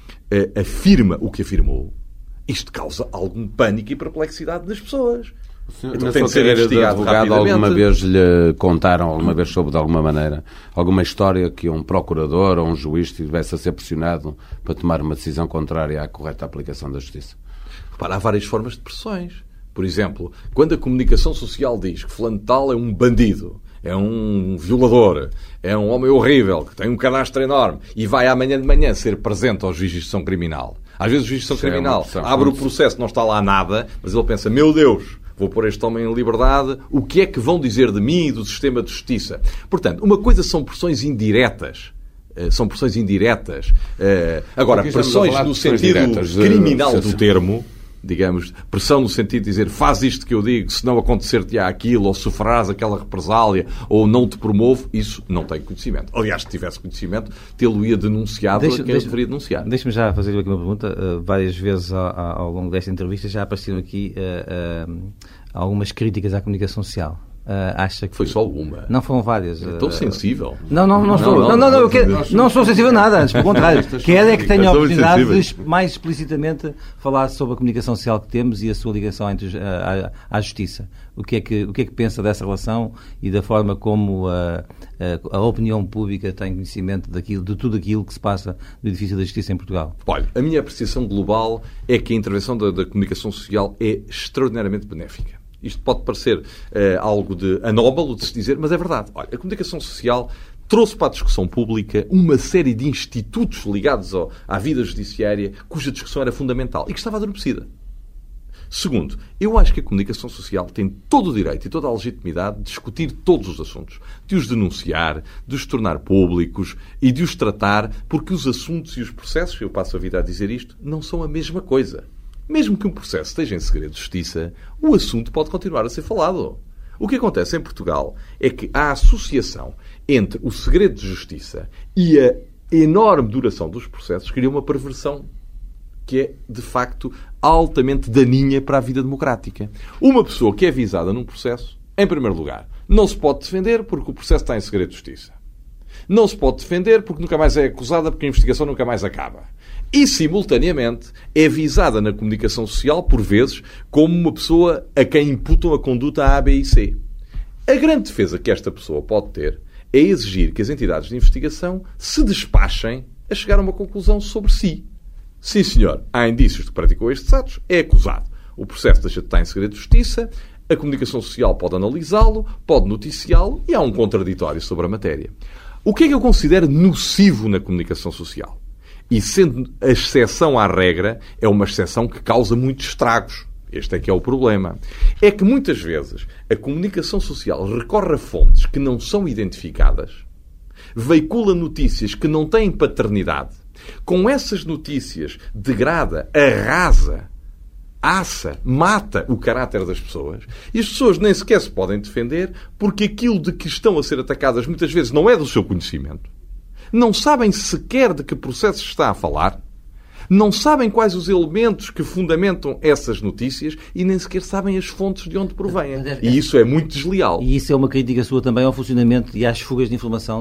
afirma o que afirmou, isto causa algum pânico e perplexidade nas pessoas. Na sua carreira de advogado, alguma vez lhe contaram, soube de alguma maneira, alguma história que um procurador ou um juiz estivesse a ser pressionado para tomar uma decisão contrária à correta aplicação da justiça? Repara, há várias formas de pressões. Por exemplo, quando a comunicação social diz que fulano tal é um bandido, é um violador, é um homem horrível, que tem um cadastro enorme e vai amanhã de manhã ser presente ao juiz de instrução criminal. Às vezes o juiz de instrução criminal abre o processo, não está lá nada, mas ele pensa, meu Deus, vou pôr este homem em liberdade, o que é que vão dizer de mim e do sistema de justiça? Portanto, uma coisa são pressões indiretas. Agora, pressões no sentido criminal do termo, digamos, pressão no sentido de dizer faz isto que eu digo, se não acontecer-te-á aquilo, ou sofrerás aquela represália, ou não te promovo, isso não tenho conhecimento. Aliás, se tivesse conhecimento, tê-lo-ia denunciado a quem deveria denunciar. Deixe-me já fazer aqui uma pergunta. Várias vezes ao longo desta entrevista já apareceram aqui algumas críticas à comunicação social. acha que... Foi só uma. Não, foram várias. Estou sensível. Não sou sensível a nada, antes, pelo contrário. Quero é que tenha a oportunidade de mais explicitamente falar sobre a comunicação social que temos e a sua ligação à justiça. O que é que pensa dessa relação e da forma como a opinião pública tem conhecimento de tudo aquilo que se passa no edifício da justiça em Portugal? Olha, a minha apreciação global é que a intervenção da comunicação social é extraordinariamente benéfica. Isto pode parecer algo de anómalo de se dizer, mas é verdade. Olha, a comunicação social trouxe para a discussão pública uma série de institutos ligados à vida judiciária cuja discussão era fundamental e que estava adormecida. Segundo, eu acho que a comunicação social tem todo o direito e toda a legitimidade de discutir todos os assuntos, de os denunciar, de os tornar públicos e de os tratar, porque os assuntos e os processos, eu passo a vida a dizer isto, não são a mesma coisa. Mesmo que um processo esteja em segredo de justiça, o assunto pode continuar a ser falado. O que acontece em Portugal é que a associação entre o segredo de justiça e a enorme duração dos processos cria uma perversão que é, de facto, altamente daninha para a vida democrática. Uma pessoa que é visada num processo, em primeiro lugar, não se pode defender porque o processo está em segredo de justiça. Não se pode defender porque nunca mais é acusada, porque a investigação nunca mais acaba. E, simultaneamente, é visada na comunicação social, por vezes, como uma pessoa a quem imputam a conduta A, B e C. A grande defesa que esta pessoa pode ter é exigir que as entidades de investigação se despachem a chegar a uma conclusão sobre si. Sim, senhor, há indícios de que praticou estes atos, é acusado. O processo deixa de estar em segredo de justiça, a comunicação social pode analisá-lo, pode noticiá-lo e há um contraditório sobre a matéria. O que é que eu considero nocivo na comunicação social? E sendo a exceção à regra, é uma exceção que causa muitos estragos. Este é que é o problema. É que muitas vezes a comunicação social recorre a fontes que não são identificadas, veicula notícias que não têm paternidade, com essas notícias degrada, arrasa, assa, mata o caráter das pessoas e as pessoas nem sequer se podem defender porque aquilo de que estão a ser atacadas muitas vezes não é do seu conhecimento. Não sabem sequer de que processo está a falar, não sabem quais os elementos que fundamentam essas notícias e nem sequer sabem as fontes de onde provêm. E isso é muito desleal. E isso é uma crítica sua também ao funcionamento e às fugas de informação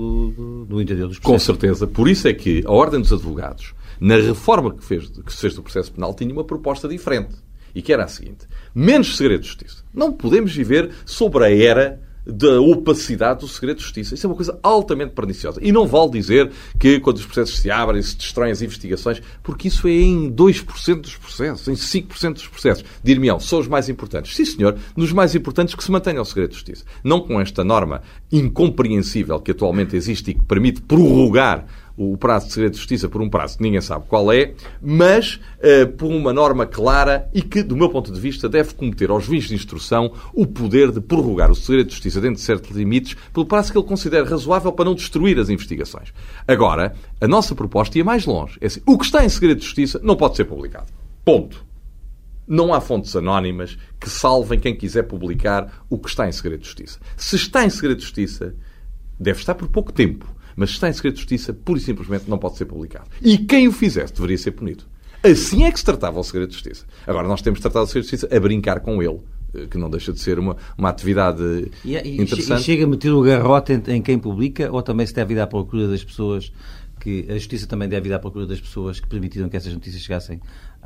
do interior dos processos. Com certeza. Por isso é que a Ordem dos Advogados, na reforma que se fez do processo penal, tinha uma proposta diferente. E que era a seguinte: menos segredo de justiça. Não podemos viver sobre a era da opacidade do segredo de justiça. Isso é uma coisa altamente perniciosa. E não vale dizer que quando os processos se abrem, se destroem as investigações, porque isso é em 2% dos processos, em 5% dos processos. Dir-me-ão, são os mais importantes. Sim, senhor, nos mais importantes que se mantenha o segredo de justiça. Não com esta norma incompreensível que atualmente existe e que permite prorrogar o prazo de segredo de justiça por um prazo que ninguém sabe qual é, mas por uma norma clara e que, do meu ponto de vista, deve cometer aos juízes de instrução o poder de prorrogar o segredo de justiça dentro de certos limites pelo prazo que ele considera razoável para não destruir as investigações. Agora, a nossa proposta ia mais longe. É assim, o que está em segredo de justiça não pode ser publicado. Ponto. Não há fontes anónimas que salvem quem quiser publicar o que está em segredo de justiça. Se está em segredo de justiça, deve estar por pouco tempo. Mas se está em segredo de justiça, pura e simplesmente não pode ser publicado. E quem o fizesse deveria ser punido. Assim é que se tratava o segredo de justiça. Agora, nós temos tratado o segredo de justiça a brincar com ele, que não deixa de ser uma atividade interessante. E chega a meter o garrote em quem publica, ou também se deve ir à procura das pessoas, que a justiça também deve ir à procura das pessoas que permitiram que essas notícias chegassem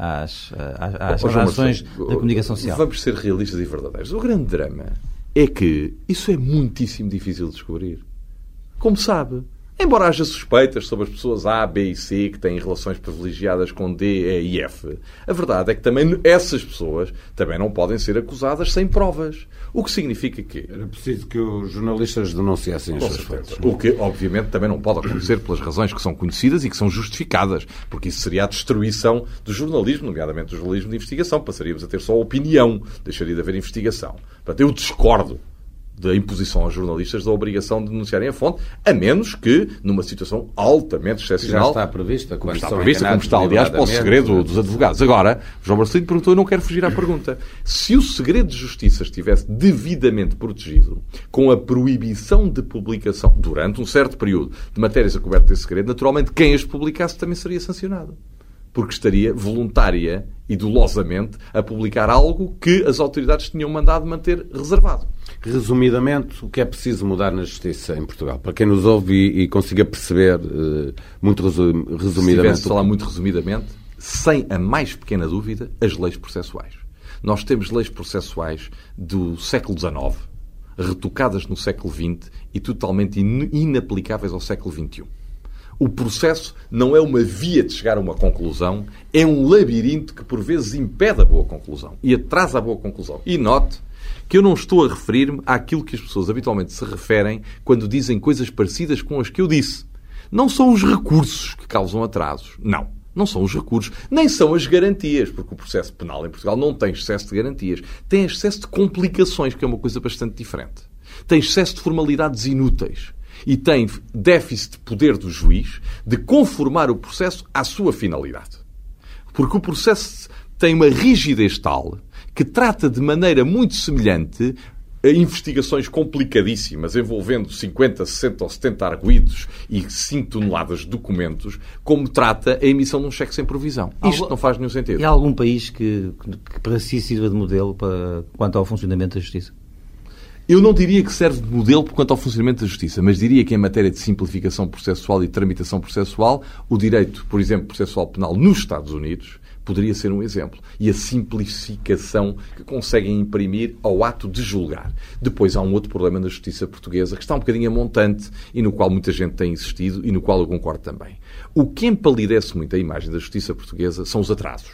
às ações da comunicação social? Vamos ser realistas e verdadeiros. O grande drama é que isso é muitíssimo difícil de descobrir. Como sabe, embora haja suspeitas sobre as pessoas A, B e C que têm relações privilegiadas com D, E e F, a verdade é que também essas pessoas também não podem ser acusadas sem provas. O que significa que... Era preciso que os jornalistas denunciassem as suas fontes. O que, obviamente, também não pode acontecer pelas razões que são conhecidas e que são justificadas, porque isso seria a destruição do jornalismo, nomeadamente do jornalismo de investigação. Passaríamos a ter só opinião, deixaria de haver investigação. Portanto, eu discordo da imposição aos jornalistas da obrigação de denunciarem a fonte, a menos que, numa situação altamente excepcional... Já está prevista, como está, aliás, para o segredo dos advogados. Agora, João Marcelino perguntou, e não quero fugir à pergunta, se o segredo de justiça estivesse devidamente protegido, com a proibição de publicação, durante um certo período, de matérias a coberto desse segredo, naturalmente, quem as publicasse também seria sancionado. porque estaria voluntária e dolosamente a publicar algo que as autoridades tinham mandado manter reservado. Resumidamente, o que é preciso mudar na justiça em Portugal? Para quem nos ouve e consiga perceber muito resumidamente... Se tivesse de falar muito resumidamente, sem a mais pequena dúvida, as leis processuais. Nós temos leis processuais do século XIX, retocadas no século XX e totalmente inaplicáveis ao século XXI. O processo não é uma via de chegar a uma conclusão, é um labirinto que por vezes impede a boa conclusão e atrasa a boa conclusão. E note que eu não estou a referir-me àquilo que as pessoas habitualmente se referem quando dizem coisas parecidas com as que eu disse. Não são os recursos que causam atrasos. Não são os recursos, nem são as garantias, porque o processo penal em Portugal não tem excesso de garantias. Tem excesso de complicações, que é uma coisa bastante diferente. Tem excesso de formalidades inúteis. E tem déficit de poder do juiz de conformar o processo à sua finalidade. Porque o processo tem uma rigidez tal que trata de maneira muito semelhante a investigações complicadíssimas envolvendo 50, 60 ou 70 arguidos e 5 toneladas de documentos, como trata a emissão de um cheque sem provisão. Isto não faz nenhum sentido. E há algum país que para si sirva de modelo quanto ao funcionamento da justiça? Eu não diria que serve de modelo quanto ao funcionamento da justiça, mas diria que em matéria de simplificação processual e de tramitação processual, o direito, por exemplo, processual penal nos Estados Unidos poderia ser um exemplo. E a simplificação que conseguem imprimir ao ato de julgar. Depois há um outro problema na justiça portuguesa que está um bocadinho a montante e no qual muita gente tem insistido e no qual eu concordo também. O que empalidece muito a imagem da justiça portuguesa são os atrasos.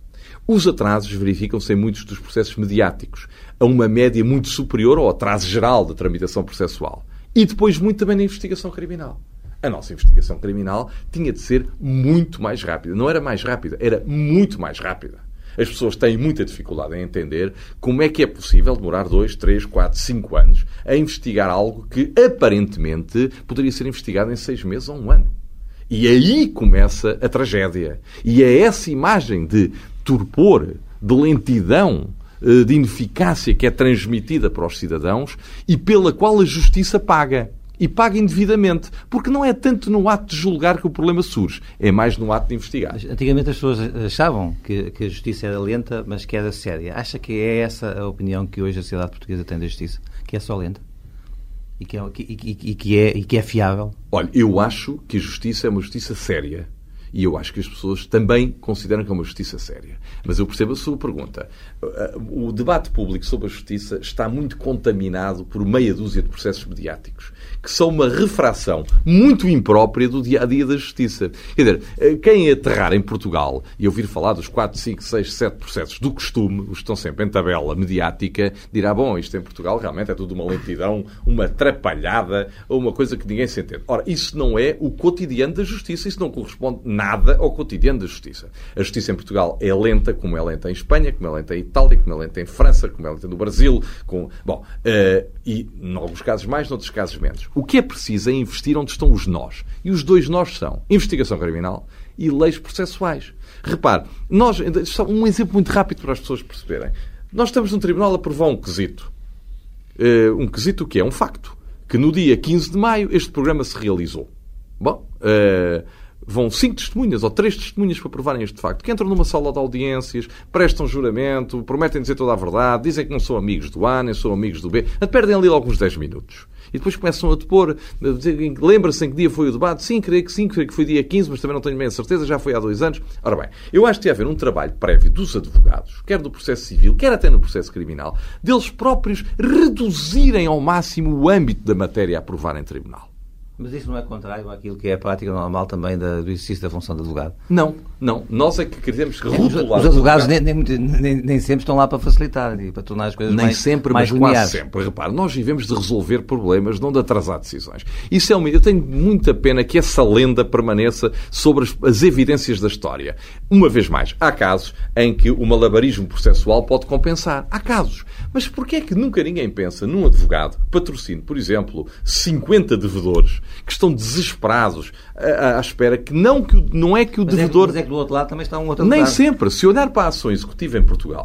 Os atrasos verificam-se em muitos dos processos mediáticos, a uma média muito superior ao atraso geral da tramitação processual. E depois muito também na investigação criminal. A nossa investigação criminal tinha de ser muito mais rápida. Não era mais rápida, era muito mais rápida. As pessoas têm muita dificuldade em entender como é que é possível demorar 2, 3, 4, 5 anos a investigar algo que aparentemente poderia ser investigado em 6 meses ou 1 ano. E aí começa a tragédia. E é essa imagem de torpor, de lentidão, de ineficácia que é transmitida para os cidadãos e pela qual a justiça paga. E paga indevidamente. Porque não é tanto no ato de julgar que o problema surge. É mais no ato de investigar. Mas antigamente as pessoas achavam que a justiça era lenta, mas que era séria. Acha que é essa a opinião que hoje a sociedade portuguesa tem da justiça? Que é só lenta? E que é fiável? Olha, eu acho que a justiça é uma justiça séria. E eu acho que as pessoas também consideram que é uma justiça séria. Mas eu percebo a sua pergunta. O debate público sobre a justiça está muito contaminado por meia dúzia de processos mediáticos, que são uma refração muito imprópria do dia-a-dia da justiça. Quer dizer, quem aterrar em Portugal e ouvir falar dos 4, 5, 6, 7 processos do costume, os que estão sempre em tabela mediática, dirá, bom, isto em Portugal realmente é tudo uma lentidão, uma atrapalhada, ou uma coisa que ninguém se entende. Ora, isso não é o cotidiano da justiça, isso não corresponde nada ao cotidiano da justiça. A justiça em Portugal é lenta, como é lenta em Espanha, como é lenta em Itália, como é lenta em França, como é lenta no Brasil, e em alguns casos mais, noutros casos menos. O que é preciso é investir onde estão os nós. E os 2 nós são investigação criminal e leis processuais. Repare, um exemplo muito rápido para as pessoas perceberem. Nós estamos num tribunal a provar um quesito. Um quesito que é um facto. Que no dia 15 de maio este programa se realizou. Bom, vão 5 testemunhas ou 3 testemunhas para provarem este facto, que entram numa sala de audiências, prestam juramento, prometem dizer toda a verdade, dizem que não são amigos do A, nem são amigos do B, perdem ali alguns 10 minutos. E depois começam a depor, lembra-se em que dia foi o debate? Sim, creio que foi dia 15, mas também não tenho bem a certeza, já foi há 2 anos. Ora bem, eu acho que deve haver um trabalho prévio dos advogados, quer do processo civil, quer até no processo criminal, deles próprios reduzirem ao máximo o âmbito da matéria a provar em tribunal. Mas isso não é contrário àquilo que é a prática normal também do exercício da função de advogado? Não. Nós é que queremos rotular. Os advogados nem sempre estão lá para facilitar e para tornar as coisas nem mais sempre, mais mas lineares. Quase sempre. Repare, nós vivemos de resolver problemas, não de atrasar decisões. Eu tenho muita pena que essa lenda permaneça sobre as evidências da história. Uma vez mais, há casos em que o malabarismo processual pode compensar. Há casos. Mas porquê é que nunca ninguém pensa num advogado que patrocine, por exemplo, 50 devedores que estão desesperados à espera que não é que o devedor... Mas é que do outro lado também está um outro Nem advogado. sempre. Se olhar para a ação executiva em Portugal,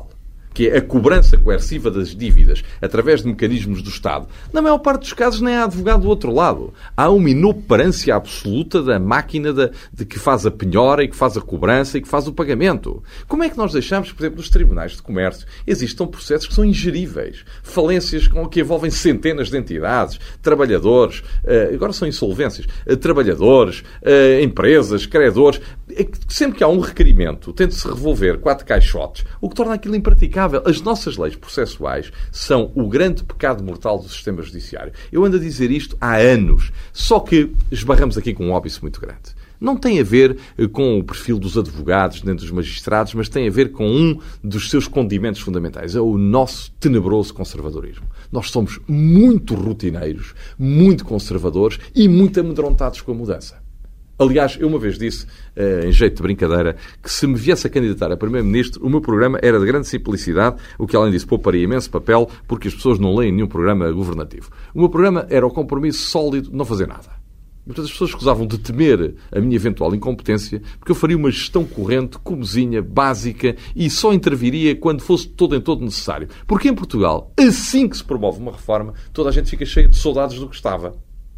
que é a cobrança coerciva das dívidas através de mecanismos do Estado, na maior parte dos casos nem há advogado do outro lado. Há uma inoperância absoluta da máquina de que faz a penhora e que faz a cobrança e que faz o pagamento. Como é que nós deixamos, por exemplo, nos tribunais de comércio existam processos que são ingeríveis, falências que envolvem centenas de entidades, trabalhadores, agora são insolvências, trabalhadores, empresas, credores. Sempre que há um requerimento, tem de se revolver 4 caixotes, o que torna aquilo impraticável. As nossas leis processuais são o grande pecado mortal do sistema judiciário. Eu ando a dizer isto há anos, só que esbarramos aqui com um óbice muito grande. Não tem a ver com o perfil dos advogados, nem dos magistrados, mas tem a ver com um dos seus condimentos fundamentais. É o nosso tenebroso conservadorismo. Nós somos muito rotineiros, muito conservadores e muito amedrontados com a mudança. Aliás, eu uma vez disse, em jeito de brincadeira, que se me viesse a candidatar a Primeiro-Ministro, o meu programa era de grande simplicidade, o que, além disso, pouparia imenso papel, porque as pessoas não leem nenhum programa governativo. O meu programa era o compromisso sólido de não fazer nada. E, portanto, as pessoas escusavam de temer a minha eventual incompetência, porque eu faria uma gestão corrente, comezinha, básica, e só interviria quando fosse todo em todo necessário. Porque em Portugal, assim que se promove uma reforma, toda a gente fica cheia de saudades do que estava.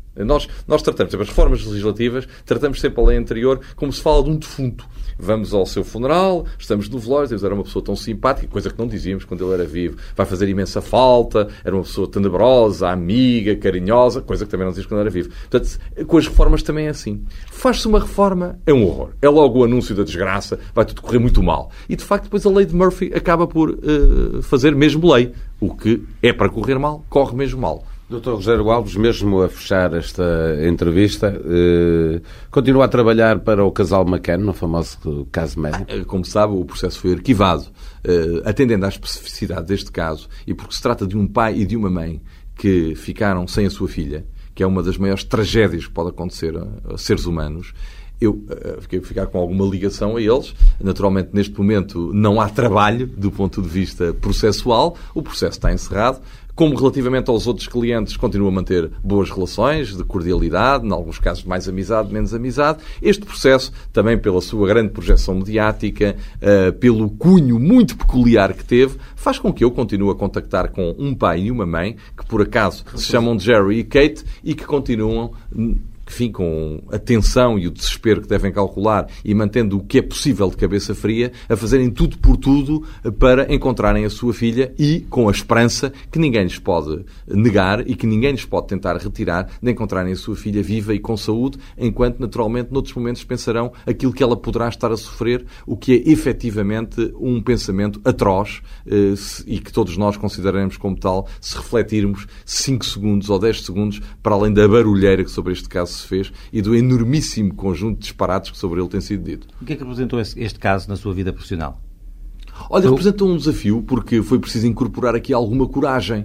Nós tratamos, as reformas legislativas, tratamos sempre a lei anterior como se fala de um defunto. Vamos ao seu funeral, estamos no velório, dizemos, era uma pessoa tão simpática, coisa que não dizíamos quando ele era vivo, vai fazer imensa falta, era uma pessoa tenebrosa, amiga, carinhosa, coisa que também não dizíamos quando era vivo. Portanto, com as reformas também é assim. Faz-se uma reforma, é um horror. É logo o anúncio da desgraça, vai tudo correr muito mal. E, de facto, depois a lei de Murphy acaba por fazer mesmo lei. O que é para correr mal, corre mesmo mal. Dr. Rogério Alves, mesmo a fechar esta entrevista, continua a trabalhar para o casal McCann, no famoso caso médico? Como sabe, o processo foi arquivado. Atendendo à especificidade deste caso, e porque se trata de um pai e de uma mãe que ficaram sem a sua filha, que é uma das maiores tragédias que pode acontecer a seres humanos, eu fiquei a ficar com alguma ligação a eles. Naturalmente, neste momento, não há trabalho do ponto de vista processual. O processo está encerrado. Como relativamente aos outros clientes, continua a manter boas relações de cordialidade, em alguns casos de mais amizade, menos amizade. Este processo, também pela sua grande projeção mediática, pelo cunho muito peculiar que teve, faz com que eu continue a contactar com um pai e uma mãe, que por acaso se chamam Jerry e Kate, e que continuam, enfim, com a tensão e o desespero que devem calcular e mantendo o que é possível de cabeça fria, a fazerem tudo por tudo para encontrarem a sua filha e com a esperança que ninguém lhes pode negar e que ninguém lhes pode tentar retirar de encontrarem a sua filha viva e com saúde, enquanto, naturalmente, noutros momentos pensarão aquilo que ela poderá estar a sofrer, o que é efetivamente um pensamento atroz e que todos nós consideraremos como tal se refletirmos 5 segundos ou 10 segundos para além da barulheira que sobre este caso se fez e do enormíssimo conjunto de disparates que sobre ele tem sido dito. O que é que representou este caso na sua vida profissional? Olha, representou um desafio porque foi preciso incorporar aqui alguma coragem.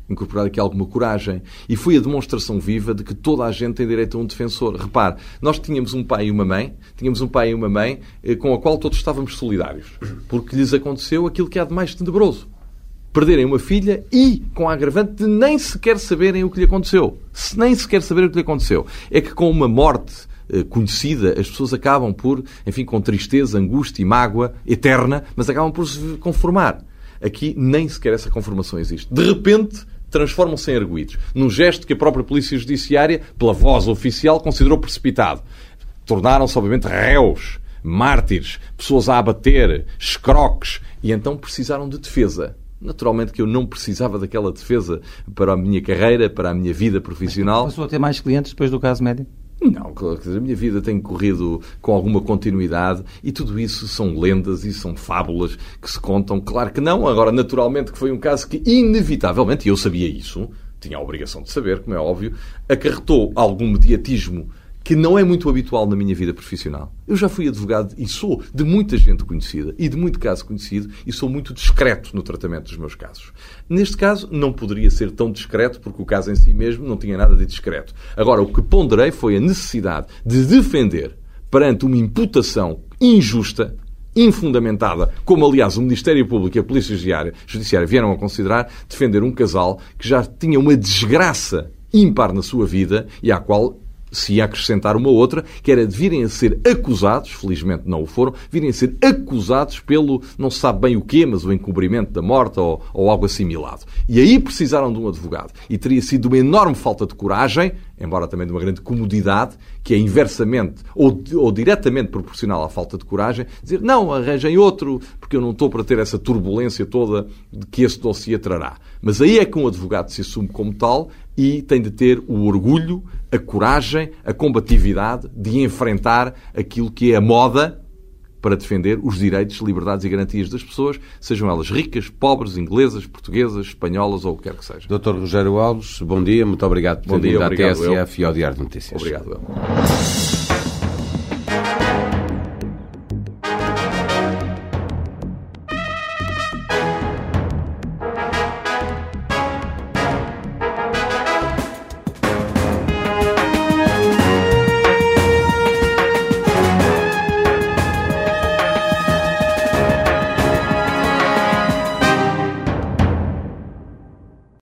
E foi a demonstração viva de que toda a gente tem direito a um defensor. Repare, nós tínhamos um pai e uma mãe com a qual todos estávamos solidários, porque lhes aconteceu aquilo que há de mais tenebroso. Perderem uma filha e com a agravante de nem sequer saberem o que lhe aconteceu. Se nem sequer saberem o que lhe aconteceu. É que com uma morte conhecida, as pessoas acabam por, enfim, com tristeza, angústia e mágoa eterna, mas acabam por se conformar. Aqui nem sequer essa conformação existe. De repente, transformam-se em arguidos. Num gesto que a própria Polícia Judiciária, pela voz oficial, considerou precipitado. Tornaram-se, obviamente, réus, mártires, pessoas a abater, escroques, e então precisaram de defesa. Naturalmente que eu não precisava daquela defesa para a minha carreira, para a minha vida profissional. Passou a ter mais clientes depois do caso médico? Não, a minha vida tem corrido com alguma continuidade e tudo isso são lendas e são fábulas que se contam. Claro que não. Agora, naturalmente que foi um caso que, inevitavelmente, e eu sabia isso, tinha a obrigação de saber, como é óbvio, acarretou algum mediatismo que não é muito habitual na minha vida profissional. Eu já fui advogado e sou de muita gente conhecida e de muito caso conhecido e sou muito discreto no tratamento dos meus casos. Neste caso, não poderia ser tão discreto porque o caso em si mesmo não tinha nada de discreto. Agora, o que ponderei foi a necessidade de defender perante uma imputação injusta, infundamentada, como aliás o Ministério Público e a Polícia Judiciária vieram a considerar, defender um casal que já tinha uma desgraça ímpar na sua vida e à qual se ia acrescentar uma outra, que era de virem a ser acusados, felizmente não o foram, virem a ser acusados pelo não se sabe bem o quê, mas o encobrimento da morte ou algo assimilado. E aí precisaram de um advogado. E teria sido uma enorme falta de coragem, embora também de uma grande comodidade, que é inversamente ou diretamente proporcional à falta de coragem, dizer, não, arranjem outro, porque eu não estou para ter essa turbulência toda que esse dossiê trará. Mas aí é que um advogado se assume como tal e tem de ter o orgulho, a coragem, a combatividade de enfrentar aquilo que é a moda para defender os direitos, liberdades e garantias das pessoas, sejam elas ricas, pobres, inglesas, portuguesas, espanholas ou o que quer que seja. Dr. Rogério Alves, bom dia, muito obrigado por ter vindo à TSF e ao Diário de Notícias. Obrigado.